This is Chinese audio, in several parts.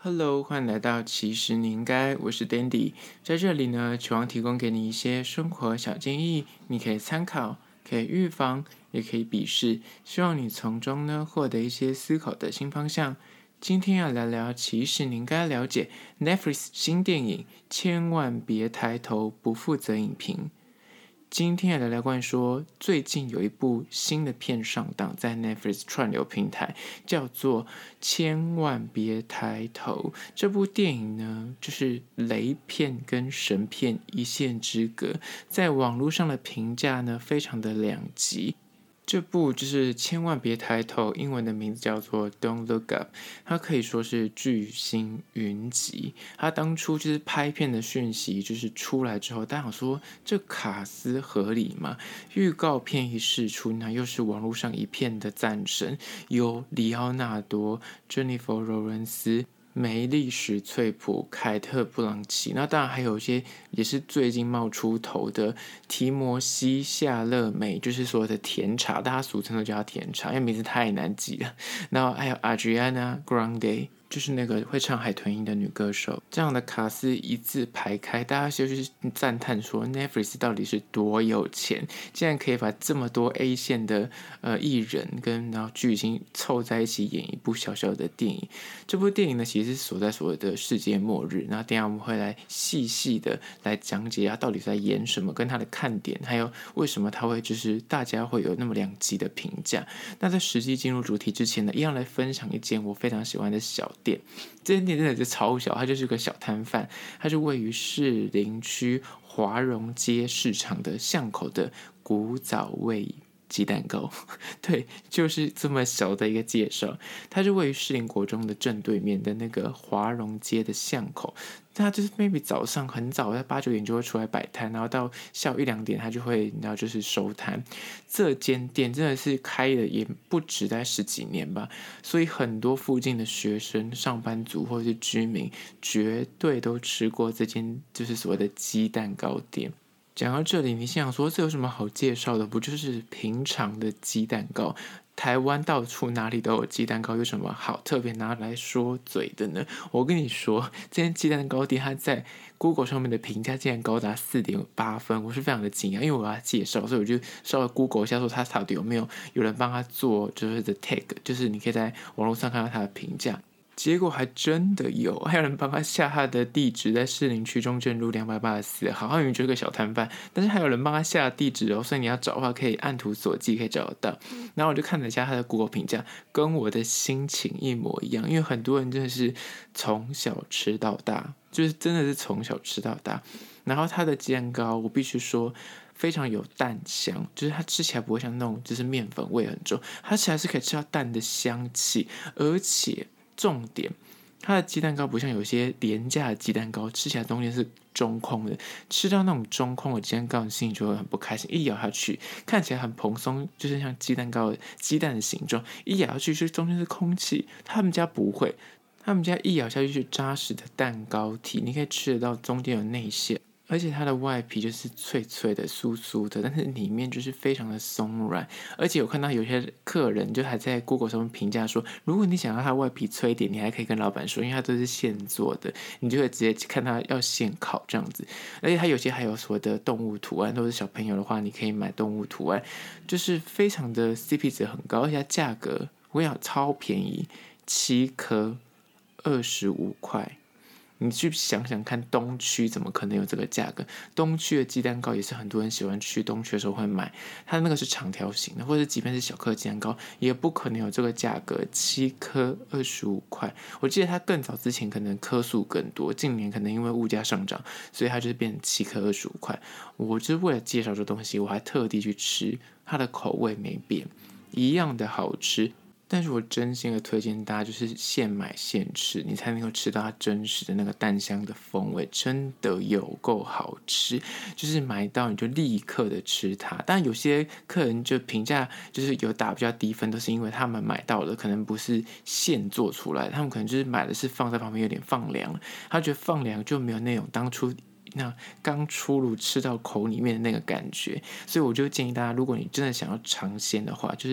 Hello，欢迎来到其实你应该，我是 Dandy，在这里呢，期望提供给你一些生活小建议，你可以参考，可以预防，也可以鄙视，希望你从中呢获得一些思考的新方向。今天要聊聊，其实你应该了解 Netflix 新电影，千万别抬头不负责影评。今天要聊聊关于说，最近有一部新的片上档在 Netflix 串流平台，叫做《千万别抬头》。这部电影呢，就是雷片跟神片一线之隔，在网络上的评价呢，非常的两极。这部就是千万别抬头，英文的名字叫做 Don't Look Up， 它可以说是巨星云集。它当初就是拍片的讯息就是出来之后，大家想说这卡斯合理吗？预告片一释出，那又是网络上一片的赞声，有里奥纳多、珍妮佛·罗伦斯、梅丽史翠普、凯特·布朗奇，那当然还有一些也是最近冒出头的提摩西·夏勒美，就是所谓的甜茶，大家俗称都叫他甜茶，因为名字太难记了。然后还有 Adriana Grande，就是那个会唱海豚音的女歌手，这样的卡司一字排开，大家就是赞叹说 Netflix 到底是多有钱，竟然可以把这么多 A 线的艺人跟然后巨星凑在一起演一部小小的电影。这部电影呢，其实是所在所谓的世界末日。那等一下我们会来细细的来讲解它到底在演什么，跟它的看点，还有为什么它会就是大家会有那么两极的评价。那在实际进入主题之前呢，一样来分享一间我非常喜欢的小店。这间店真的是超小，它就是个小摊贩，它是位于士林区华荣街市场的巷口的古早味鸡蛋糕。对，就是这么小的一个介绍。它是位于士林国中的正对面的那个华荣街的巷口。他就是 maybe 早上很早，在8、9点就会出来摆摊，然后到下午1、2点他就会，然后就是收摊。这间店真的是开了也不止在10几年吧，所以很多附近的学生、上班族或者是居民，绝对都吃过这间就是所谓的鸡蛋糕店。讲到这里，你想说这有什么好介绍的？不就是平常的鸡蛋糕？台湾到处哪里都有鸡蛋糕，有什么好特别拿来说嘴的呢？我跟你说，这间鸡蛋糕店它在 Google 上面的评价竟然高达4.8分，我是非常的惊讶，因为我要介绍，所以我就稍微 Google 一下，说它到底有人帮他做就是的 tag，就是你可以在网络上看到它的评价。结果还真的有，还有人帮他下他的地址，在士林区中正路284号。他明明就是个小摊贩，但是还有人帮他下地址哦，所以你要找的话，可以按图索骥，可以找得到。然后我就看了一下他的 Google 评价，跟我的心情一模一样，因为很多人真的是从小吃到大，就是真的是从小吃到大。然后他的鸡蛋糕，我必须说。非常有蛋香，就是它吃起来不会像那种就是面粉味很重，它吃起来是可以吃到蛋的香气，而且重点，它的鸡蛋糕不像有些廉价的鸡蛋糕，吃起来中间是中空的，吃到那种中空的鸡蛋糕，你心里就会很不开心。一咬下去，看起来很蓬松，就是像鸡蛋糕鸡蛋的形状，一咬下去是中间是空气。他们家不会，他们家一咬下去是扎实的蛋糕体，你可以吃得到中间有内馅。而且它的外皮就是脆脆的、酥酥的，但是里面就是非常的松软。而且我看到有些客人就还在 Google 上面评价说，如果你想要它外皮脆一点，你还可以跟老板说，因为它都是现做的，你就会直接看它要现烤这样子。而且它有些还有所谓的动物图案，都是小朋友的话，你可以买动物图案，就是非常的 CP 值很高，而且它价格我跟你讲超便宜，7颗25块。你去想想看，东区怎么可能有这个价格？东区的鸡蛋糕也是很多人喜欢去东区的时候会买，它那个是长条形的，或者即便是小颗鸡蛋糕，也不可能有这个价格，7颗25块。我记得它更早之前可能颗数更多，近年可能因为物价上涨，所以它就是变成7颗25块。我就是为了介绍这东西，我还特地去吃，它的口味没变，一样的好吃。但是我真心的推荐大家，就是现买现吃，你才能够吃到它真实的那个蛋香的风味，真的有够好吃。就是买到你就立刻的吃它。但有些客人就评价就是有打比较低分，都是因为他们买到的可能不是现做出来的，他们可能就是买的是放在旁边有点放凉，他觉得放凉就没有那种当初那刚出炉吃到口里面的那个感觉。所以我就建议大家，如果你真的想要尝鲜的话，就是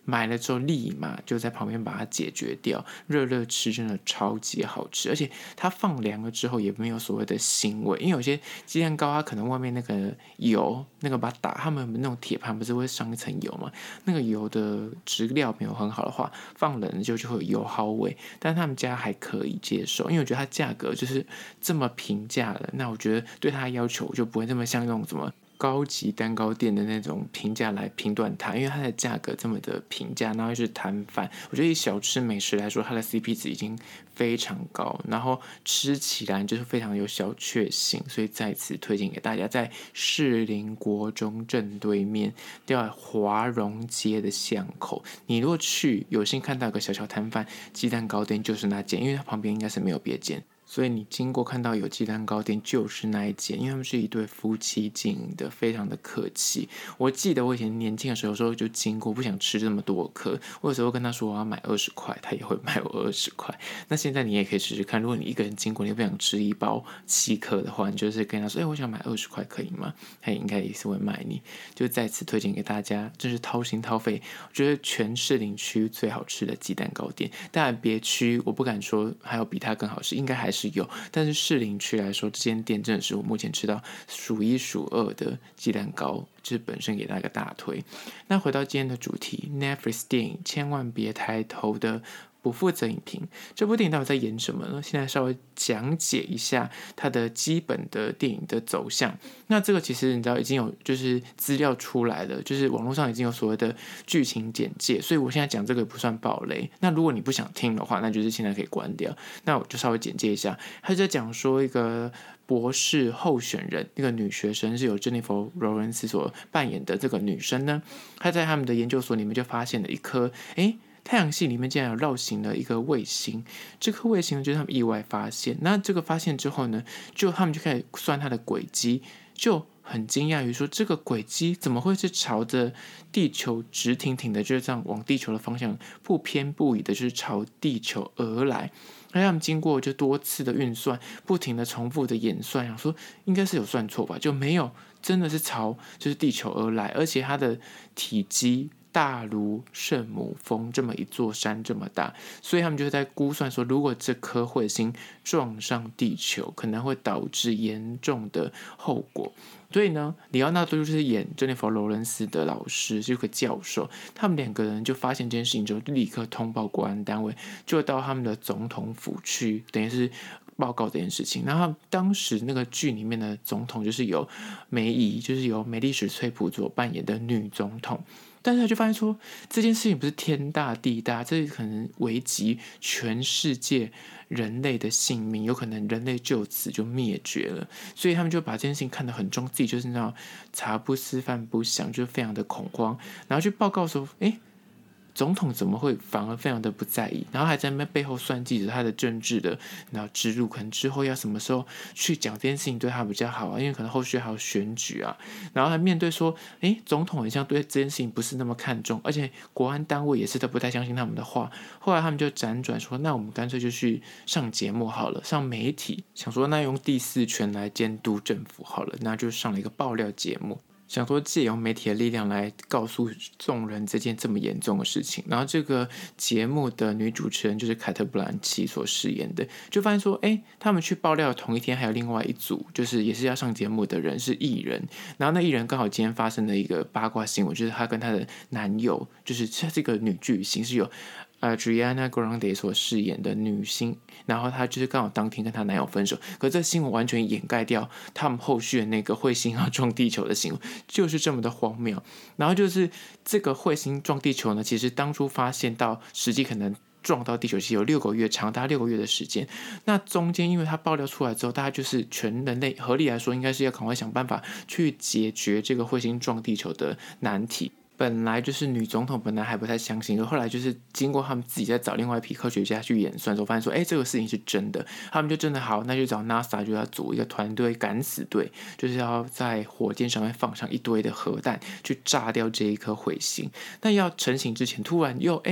买了之后立马就在旁边把它解决掉，热热吃真的超级好吃，而且它放凉了之后也没有所谓的腥味，因为有些鸡蛋糕它可能外面那个油那个把它打，他们那种铁盘不是会上一层油吗？那个油的质料没有很好的话，放冷了就会有油耗味，但他们家还可以接受，因为我觉得它价格就是这么平价了，那我觉得对它的要求我就不会这么像那种什么高级蛋糕店的那种评价来评断它，因为它的价格这么的平价，然后又是摊贩，我觉得以小吃美食来说，它的 CP 值已经非常高，然后吃起来就是非常有小确幸，所以再次推荐给大家，在士林国中正对面，在华荣街的巷口，你如果去有幸看到一个小小摊贩鸡蛋糕店，就是那间，因为它旁边应该是没有别间。所以你经过看到有鸡蛋糕店，就是那一间，因为他们是一对夫妻经营的，非常的客气。我记得我以前年轻的时候，有时候就经过，不想吃这么多颗，我有时候跟他说我要买20块，他也会卖我20块。那现在你也可以试试看，如果你一个人经过，你不想吃一包7颗的话，你就是跟他说，我想买20块，可以吗？他应该也是会卖你。就再次推荐给大家，真是掏心掏肺，我觉得全士林区最好吃的鸡蛋糕店。当然别区我不敢说还有比它更好吃，应该还是有，但是士林区来说，这间店真的是我目前吃到数1数2的鸡蛋糕，就是本身给大家一个大推。那回到今天的主题 ，Netflix 电影千万别抬头的不负责影评，这部电影到底在演什么呢？现在稍微讲解一下它的基本的电影的走向。那这个其实你知道已经有就是资料出来了，就是网络上已经有所谓的剧情简介，所以我现在讲这个不算爆雷。那如果你不想听的话，那就是现在可以关掉。那我就稍微简介一下，他在讲说一个博士候选人，那个女学生是由珍妮佛·罗伦斯所扮演的这个女生呢，她在他们的研究所里面就发现了一颗太阳系里面竟然有绕行了一个卫星，这颗卫星就是他们意外发现。那这个发现之后呢，他们就开始算它的轨迹，就很惊讶于说这个轨迹怎么会是朝着地球直挺挺的，就是这样往地球的方向不偏不倚的，就是朝地球而来。那他们经过就多次的运算，不停的重复的演算，想说应该是有算错吧，就没有，真的是朝就是地球而来，而且它的体积大如圣母峰这么一座山这么大，所以他们就在估算说，如果这颗彗星撞上地球，可能会导致严重的后果。所以呢，里奥纳多就是演珍妮佛·罗伦斯的老师，这个教授，他们2个人就发现这件事情之后，立刻通报国安单位，就到他们的总统府去，等于是报告这件事情。然后当时那个剧里面的总统就是由梅姨，就是由梅丽史翠普所扮演的女总统。但是他就发现说，这件事情不是天大地大，这可能危及全世界人类的性命，有可能人类就此就灭绝了。所以他们就把这件事情看得很重，自己就是那种茶不思饭不想，就非常的恐慌，然后去报告说，总统怎么会反而非常的不在意，然后还在那背后算计着他的政治的植入，可能之后要什么时候去讲这件事情对他比较好啊，因为可能后续还有选举啊，然后还面对说，总统好像对这件事情不是那么看重，而且国安单位也是都不太相信他们的话，后来他们就辗转说，那我们干脆就去上节目好了，上媒体，想说那用第4权来监督政府好了，那就上了一个爆料节目。想说借由媒体的力量来告诉众人这件这么严重的事情，然后这个节目的女主持人就是凯特·布兰奇所饰演的，就发现说，他们去爆料的同一天还有另外一组，就是也是要上节目的人是艺人，然后那艺人刚好今天发生了一个八卦新闻，就是她跟她的男友，就是她这个女巨星是有Ariana Grande 所饰演的女星，然后她就是刚好当天跟她男友分手，可这新闻完全掩盖掉他们后续的那个彗星要撞地球的新闻，就是这么的荒谬。然后就是这个彗星撞地球呢，其实当初发现到实际可能撞到地球其实有6个月，长达6个月的时间。那中间因为它爆料出来之后，大家就是全人类合理来说，应该是要赶快想办法去解决这个彗星撞地球的难题。本来就是女总统本来还不太相信，后来就是经过他们自己在找另外一批科学家去演算之后，发现说，这个事情是真的，他们就真的好，那就找 NASA 就要组一个团队敢死队，就是要在火箭上面放上一堆的核弹去炸掉这一颗彗星。但要成型之前，突然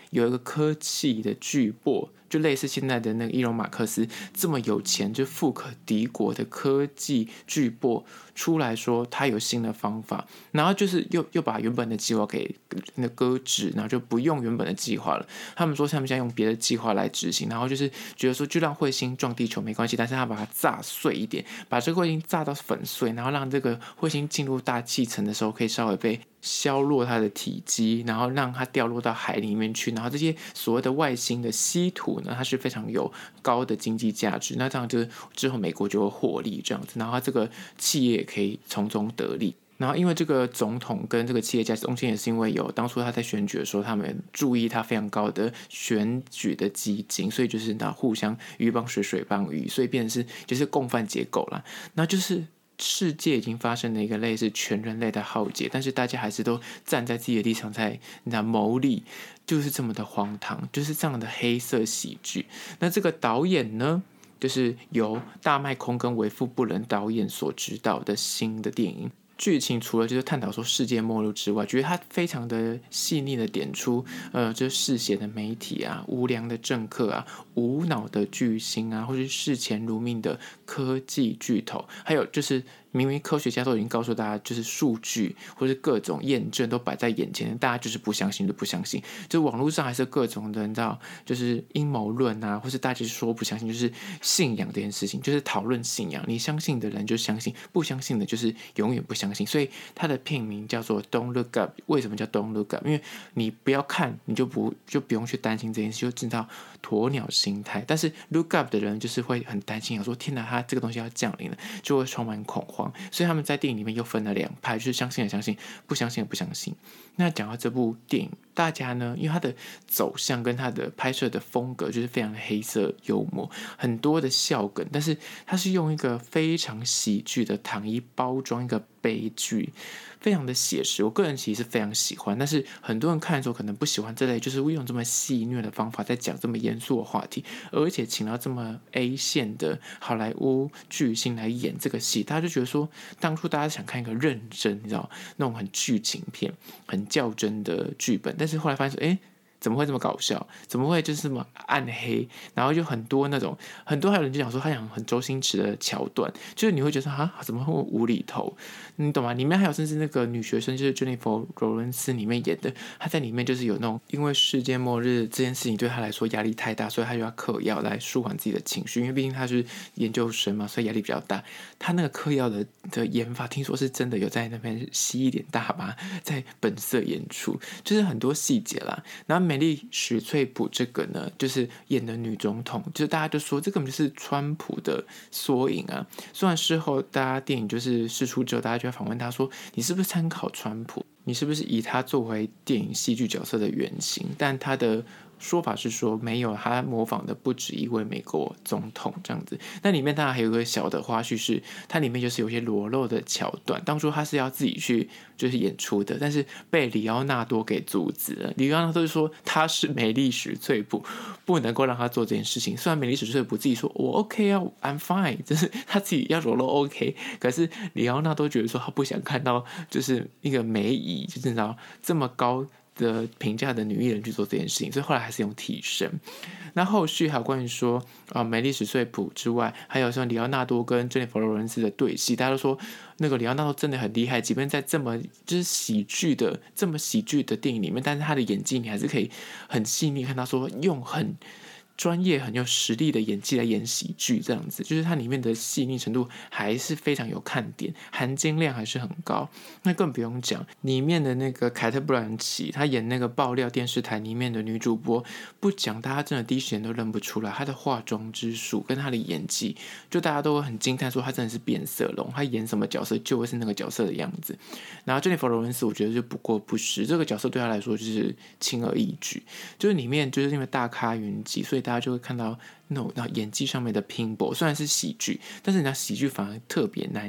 有一个科技的巨擘，就类似现在的那个伊隆马克思这么有钱，就富可敌国的科技巨擘出来说他有新的方法，然后就是又把原本的计划给搁置，然后就不用原本的计划了。他们说他们现在用别的计划来执行，然后就是觉得说就让彗星撞地球没关系，但是他把它炸碎一点，把这个彗星炸到粉碎，然后让这个彗星进入大气层的时候可以稍微被削弱它的体积，然后让它掉落到海里面去，然后这些所谓的外星的稀土呢，它是非常有高的经济价值，那这样就之后美国就会获利这样子，然后它这个企业也可以从中得利。然后因为这个总统跟这个企业家中间也是因为有当初他在选举的时候，他们注意他非常高的选举的基金，所以就是那互相鱼帮水水帮鱼，所以变成是就是共犯结构啦。那就是世界已经发生了一个类似全人类的浩劫，但是大家还是都站在自己的立场在谋利，就是这么的荒唐，就是这样的黑色喜剧。那这个导演呢，就是由大麦空跟维夫布伦导演所执导的新的电影。剧情除了就是探讨说世界末日之外，觉得它非常的细腻的点出，就是嗜血的媒体啊、无良的政客啊、无脑的巨星啊，或是视钱如命的科技巨头，还有就是明明科学家都已经告诉大家，就是数据或是各种验证都摆在眼前，大家就是不相信就不相信，就网络上还是各种的，你知道，就是阴谋论啊，或是大家说不相信，就是信仰这件事情，就是讨论信仰，你相信的人就相信，不相信的就是永远不相信。所以它的片名叫做 Don't Look Up。 为什么叫 Don't Look Up？ 因为你不要看，你就不用去担心这件事，就知道鸵鸟心态。但是 Look Up 的人就是会很担心，想说天哪，他这个东西要降临了，就会充满恐慌。所以他们在电影里面又分了两派，就是相信的相信，不相信的不相信。那讲到这部电影，大家呢，因为它的走向跟它的拍摄的风格就是非常的黑色幽默，很多的笑梗，但是它是用一个非常喜剧的糖衣包装一个悲剧，非常的写实。我个人其实是非常喜欢，但是很多人看的时候可能不喜欢这类，就是用这么戏谑的方法在讲这么严肃的话题，而且请到这么 A 线的好莱坞巨星来演这个戏，大家就觉得说，当初大家想看一个认真，你知道那种很剧情片、很较真的剧本，但是后来发现说，怎么会这么搞笑？怎么会就是这么暗黑？然后就很多那种，很多还有人就讲说他想很周星驰的桥段，就是你会觉得啊，怎么会无厘头？你懂吗？里面还有甚至那个女学生，就是 Jennifer Lawrence 里面演的，她在里面就是有那种因为世界末日这件事情对她来说压力太大，所以她就要嗑药来舒缓自己的情绪，因为毕竟她是研究生嘛，所以压力比较大。她那个嗑药的研发，听说是真的有在那边吸一点大麻，在本色演出，就是很多细节啦。然后美丽史翠普这个呢，就是演的女总统，就是大家就说这根本就是川普的缩影啊。虽然事后大家电影就是释出之后，大家就会访问他说，你是不是参考川普？你是不是以他作为电影戏剧角色的原型？但他的说法是说没有，他模仿的不止一位美国总统这样子。那里面当然还有一个小的花絮是，它里面就是有些裸露的桥段，当初他是要自己去就是演出的，但是被里奥纳多给阻止了。里奥纳多就说他是美丽史翠普，不能够让他做这件事情。虽然美丽史翠普自己说我 OK 啊 ，I'm fine， 就是他自己要裸露 OK， 可是里奥纳多觉得说他不想看到就是一个美乙，就是你知道这么高的评价的女艺人去做这件事情，所以后来还是用替身。那后续还有关于说美丽史翠普之外，还有像里奥纳多跟珍妮佛·罗伦斯的对戏，大家都说那个里奥纳多真的很厉害，即便在这么就是喜剧的电影里面，但是他的演技你还是可以很细腻看到说用很专业很有实力的演技来演喜剧，这样子就是它里面的细腻程度还是非常有看点，含金量还是很高。那更不用讲里面的那个凯特·布兰奇，她演那个爆料电视台里面的女主播，不讲大家真的第一时间都认不出来她的化妆之术跟她的演技，就大家都很惊叹说她真的是变色龙，她演什么角色就会是那个角色的样子。然后珍妮弗·罗伦斯我觉得就不过不失，这个角色对她来说就是轻而易举，就是里面就是因为大咖云集，所以大家就会看到那种演技上面的拼搏。虽然是喜剧，但是人家喜剧反而特别难演。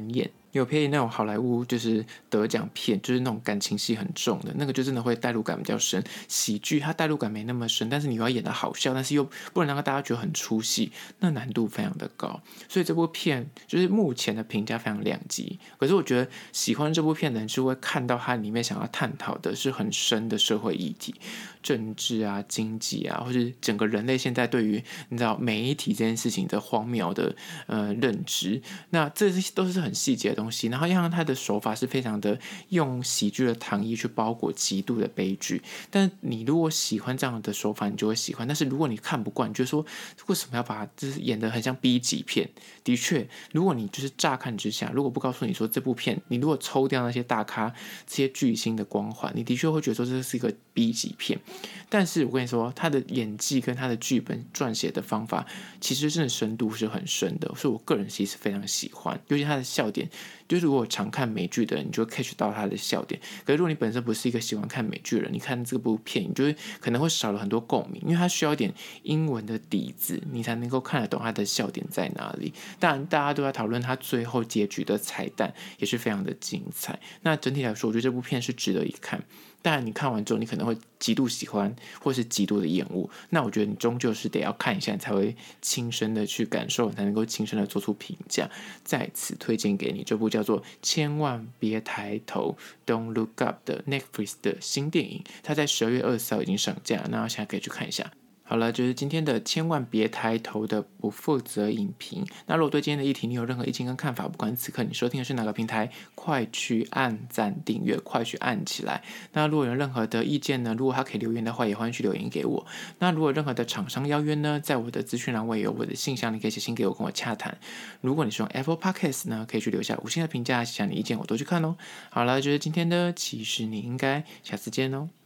有片那种好莱坞就是得奖片，就是那种感情戏很重的那个，就真的会代入感比较深。喜剧它代入感没那么深，但是你要演的好笑，但是又不能让大家觉得很出戏，那难度非常的高。所以这部片就是目前的评价非常两极。可是我觉得喜欢这部片的人是会看到它里面想要探讨的是很深的社会议题，政治啊、经济啊，或是整个人类现在对于你知道媒体这件事情的荒谬的认知。那这些都是很细节的东西，然后让他的手法是非常的用喜剧的糖衣去包裹极度的悲剧。但你如果喜欢这样的手法，你就会喜欢。但是如果你看不惯，你就说为什么要把就是演得很像 B 级片？的确，如果你就是乍看之下，如果不告诉你说这部片，你如果抽掉那些大咖、这些巨星的光环，你的确会觉得说这是一个 B 级片。但是我跟你说，他的演技跟他的剧本撰写的方法，其实真的深度是很深的，所以我个人其实非常喜欢，尤其他的笑点，就是如果常看美剧的人，你就会 catch 到他的笑点。可是如果你本身不是一个喜欢看美剧的人，你看这部片，你就会可能会少了很多共鸣，因为它需要一点英文的底子，你才能够看得懂他的笑点在哪里。当然，大家都在讨论他最后结局的彩蛋，也是非常的精彩。那整体来说，我觉得这部片是值得一看。当然，你看完之后，你可能会极度喜欢，或是极度的厌恶。那我觉得你终究是得要看一下，你才会亲身的去感受，才能够亲身的做出评价。在此推荐给你这部叫做《千万别抬头》（Don't Look Up） 的 Netflix 的新电影，它在12月24号已经上架，那现在可以去看一下。好了，就是今天的千万别抬头的不负责影评。那如果对今天的议题你有任何意见跟看法，不管此刻你收听的是哪个平台，快去按赞订阅，快去按起来。那如果有任何的意见呢，如果他可以留言的话，也欢迎去留言给我。那如果有任何的厂商邀约呢，在我的资讯栏位有我的信箱，你可以写信给我跟我洽谈。如果你是用 Apple Podcast 呢，可以去留下5星的评价，写下你意见我都去看哦。好了，就是今天的，其实你应该下次见哦。